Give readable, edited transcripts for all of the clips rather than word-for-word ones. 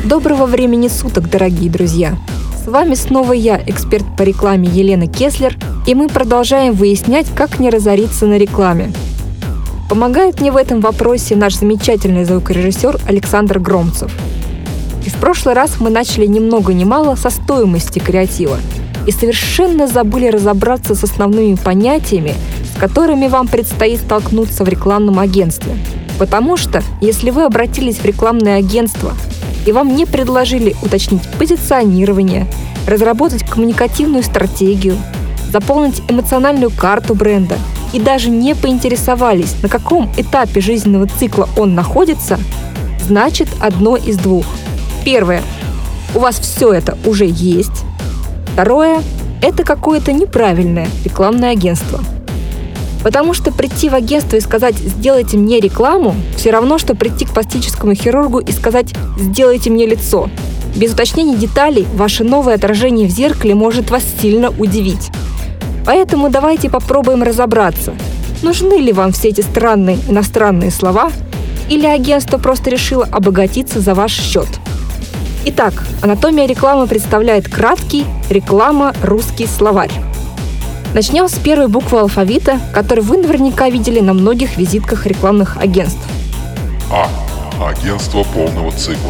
Доброго времени суток, дорогие друзья! С вами снова я, эксперт по рекламе Елена Кеслер, и мы продолжаем выяснять, как не разориться на рекламе. Помогает мне в этом вопросе наш замечательный звукорежиссер Александр Громцев. И в прошлый раз мы начали ни много ни мало со стоимости креатива и совершенно забыли разобраться с основными понятиями, с которыми вам предстоит столкнуться в рекламном агентстве. Потому что, если вы обратились в рекламное агентство и вам не предложили уточнить позиционирование, разработать коммуникативную стратегию, заполнить эмоциональную карту бренда и даже не поинтересовались, на каком этапе жизненного цикла он находится, значит одно из двух. Первое. У вас все это уже есть. Второе. Это какое-то неправильное рекламное агентство. Потому что прийти в агентство и сказать «сделайте мне рекламу» все равно, что прийти к пластическому хирургу и сказать «сделайте мне лицо». Без уточнения деталей ваше новое отражение в зеркале может вас сильно удивить. Поэтому давайте попробуем разобраться, нужны ли вам все эти странные иностранные слова, или агентство просто решило обогатиться за ваш счет. Итак, анатомия рекламы представляет краткий реклама-русский словарь. Начнем с первой буквы алфавита, которую вы наверняка видели на многих визитках рекламных агентств. А. Агентство полного цикла.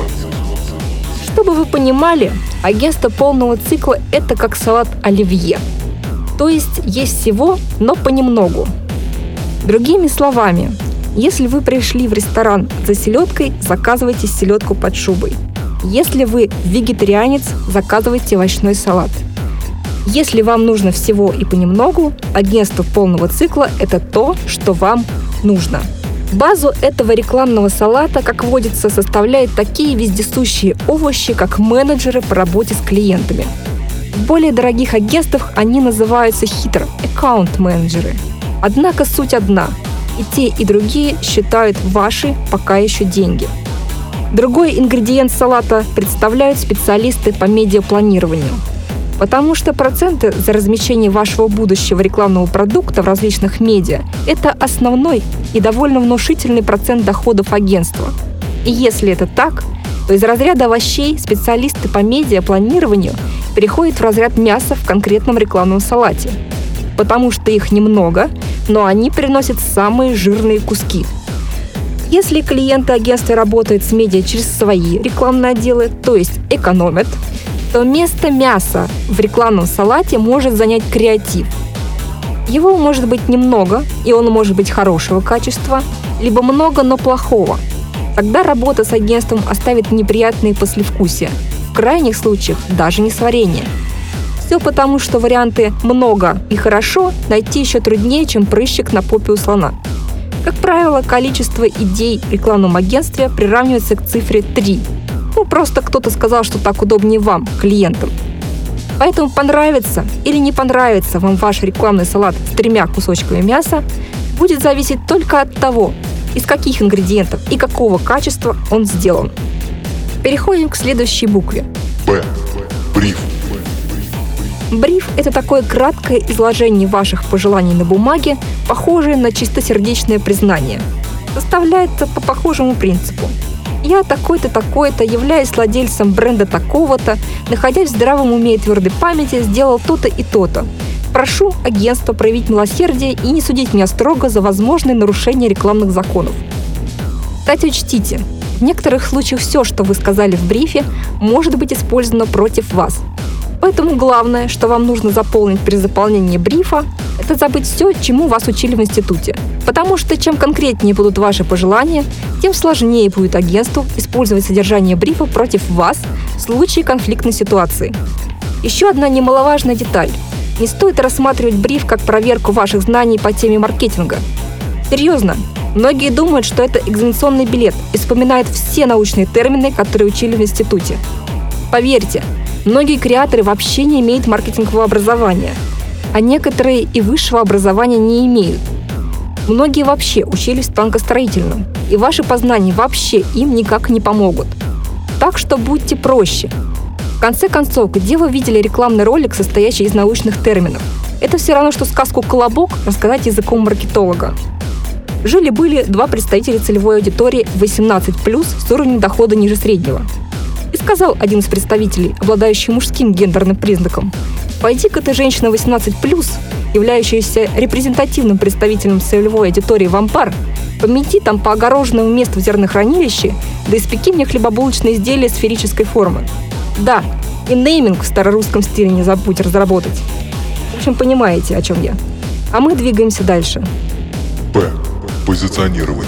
Чтобы вы понимали, агентство полного цикла – это как салат оливье. То есть всего, но понемногу. Другими словами, если вы пришли в ресторан за селедкой, заказывайте селедку под шубой. Если вы вегетарианец, заказывайте овощной салат. Если вам нужно всего и понемногу, агентство полного цикла – это то, что вам нужно. Базу этого рекламного салата, как водится, составляют такие вездесущие овощи, как менеджеры по работе с клиентами. В более дорогих агентствах они называются хитро – аккаунт-менеджеры. Однако суть одна – и те, и другие считают ваши пока еще деньги. Другой ингредиент салата представляют специалисты по медиапланированию. Потому что проценты за размещение вашего будущего рекламного продукта в различных медиа – это основной и довольно внушительный процент доходов агентства. И если это так, то из разряда овощей специалисты по медиапланированию переходят в разряд мяса в конкретном рекламном салате. Потому что их немного, но они приносят самые жирные куски. Если клиенты агентства работают с медиа через свои рекламные отделы, то есть экономят, то место мяса в рекламном салате может занять креатив. Его может быть немного, и он может быть хорошего качества, либо много, но плохого. Тогда работа с агентством оставит неприятные послевкусия, в крайних случаях даже несварение. Все потому, что варианты «много» и «хорошо» найти еще труднее, чем прыщик на попе у слона. Как правило, количество идей в рекламном агентстве приравнивается к цифре 3. Просто кто-то сказал, что так удобнее вам, клиентам. Поэтому понравится или не понравится вам ваш рекламный салат с 3 кусочками мяса, будет зависеть только от того, из каких ингредиентов и какого качества он сделан. Переходим к следующей букве. Б. Бриф. Бриф – это такое краткое изложение ваших пожеланий на бумаге, похожее на чистосердечное признание. Составляется по похожему принципу. Я такой-то, такой-то, являясь владельцем бренда такого-то, находясь в здравом уме и твердой памяти, сделал то-то и то-то. Прошу агентство проявить милосердие и не судить меня строго за возможные нарушения рекламных законов. Кстати, учтите, в некоторых случаях все, что вы сказали в брифе, может быть использовано против вас. Поэтому главное, что вам нужно заполнить при заполнении брифа, это забыть все, чему вас учили в институте. Потому что чем конкретнее будут ваши пожелания, тем сложнее будет агентству использовать содержание брифа против вас в случае конфликтной ситуации. Еще одна немаловажная деталь. Не стоит рассматривать бриф как проверку ваших знаний по теме маркетинга. Серьезно, многие думают, что это экзаменационный билет и вспоминают все научные термины, которые учили в институте. Поверьте, многие креаторы вообще не имеют маркетингового образования, а некоторые и высшего образования не имеют. Многие вообще учились в станкостроительном, и ваши познания вообще им никак не помогут. Так что будьте проще. В конце концов, где вы видели рекламный ролик, состоящий из научных терминов? Это все равно, что сказку «Колобок» рассказать языком маркетолога. Жили-были два представителя целевой аудитории 18+, с уровнем дохода ниже среднего. Из Сказал один из представителей, обладающий мужским гендерным признаком: «Пойди-ка ты, женщина 18+, являющаяся репрезентативным представителем целевой аудитории в амбар, помети там по огороженному месту в зернохранилище, да испеки мне хлебобулочные изделия сферической формы. Да, и нейминг в старорусском стиле не забудь разработать». В общем, понимаете, о чем я. А мы двигаемся дальше. П. Позиционирование.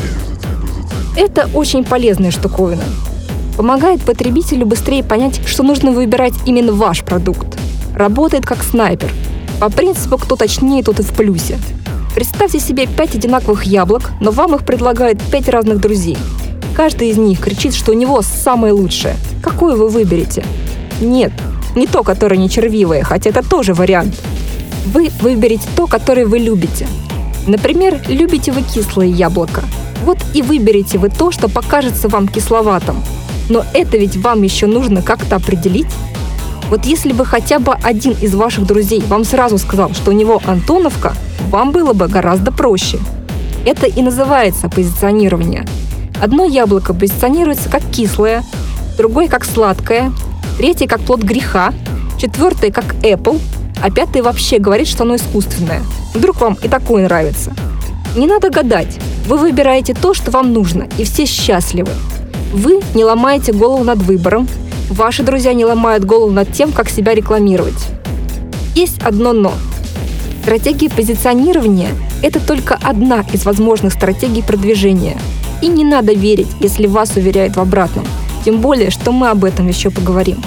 Это очень полезная штуковина. Помогает потребителю быстрее понять, что нужно выбирать именно ваш продукт. Работает как снайпер. По принципу, кто точнее, тот и в плюсе. Представьте себе 5 одинаковых яблок, но вам их предлагают 5 разных друзей. Каждый из них кричит, что у него самое лучшее. Какое вы выберете? Нет, не то, которое не червивое, хотя это тоже вариант. Вы выберете то, которое вы любите. Например, любите вы кислое яблоко. Вот и выберете вы то, что покажется вам кисловатым. Но это ведь вам еще нужно как-то определить. Вот если бы хотя бы один из ваших друзей вам сразу сказал, что у него Антоновка, вам было бы гораздо проще. Это и называется позиционирование. Одно яблоко позиционируется как кислое, другое как сладкое, третье как плод греха, четвертое как Apple, а пятое вообще говорит, что оно искусственное. Вдруг вам и такое нравится. Не надо гадать. Вы выбираете то, что вам нужно, и все счастливы. Вы не ломаете голову над выбором, ваши друзья не ломают голову над тем, как себя рекламировать. Есть одно «но». Стратегия позиционирования – это только одна из возможных стратегий продвижения. И не надо верить, если вас уверяют в обратном. Тем более, что мы об этом еще поговорим.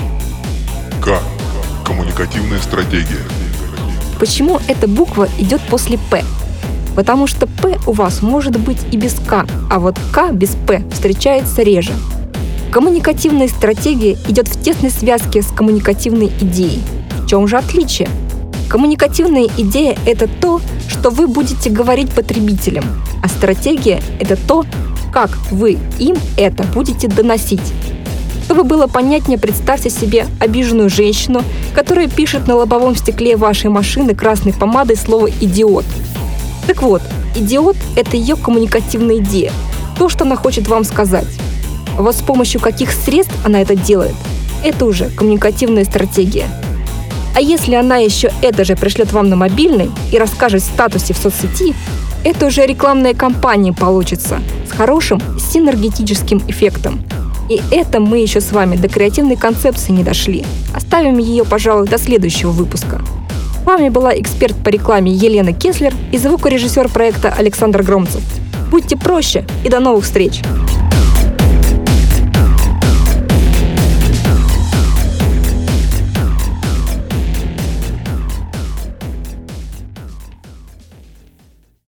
К. Коммуникативная стратегия. Почему эта буква идет после «П»? Потому что «П» у вас может быть и без «К», а вот «К» без «П» встречается реже. Коммуникативная стратегия идет в тесной связке с коммуникативной идеей. В чем же отличие? Коммуникативная идея – это то, что вы будете говорить потребителям, а стратегия – это то, как вы им это будете доносить. Чтобы было понятнее, представьте себе обиженную женщину, которая пишет на лобовом стекле вашей машины красной помадой слово «идиот». Так вот, идиот – это ее коммуникативная идея, то, что она хочет вам сказать. А вот с помощью каких средств она это делает – это уже коммуникативная стратегия. А если она еще это же пришлет вам на мобильный и расскажет в статусе в соцсети, это уже рекламная кампания получится с хорошим синергетическим эффектом. И это мы еще с вами до креативной концепции не дошли. Оставим ее, пожалуй, до следующего выпуска. С вами была эксперт по рекламе Елена Кеслер и звукорежиссер проекта Александр Громцев. Будьте проще и до новых встреч!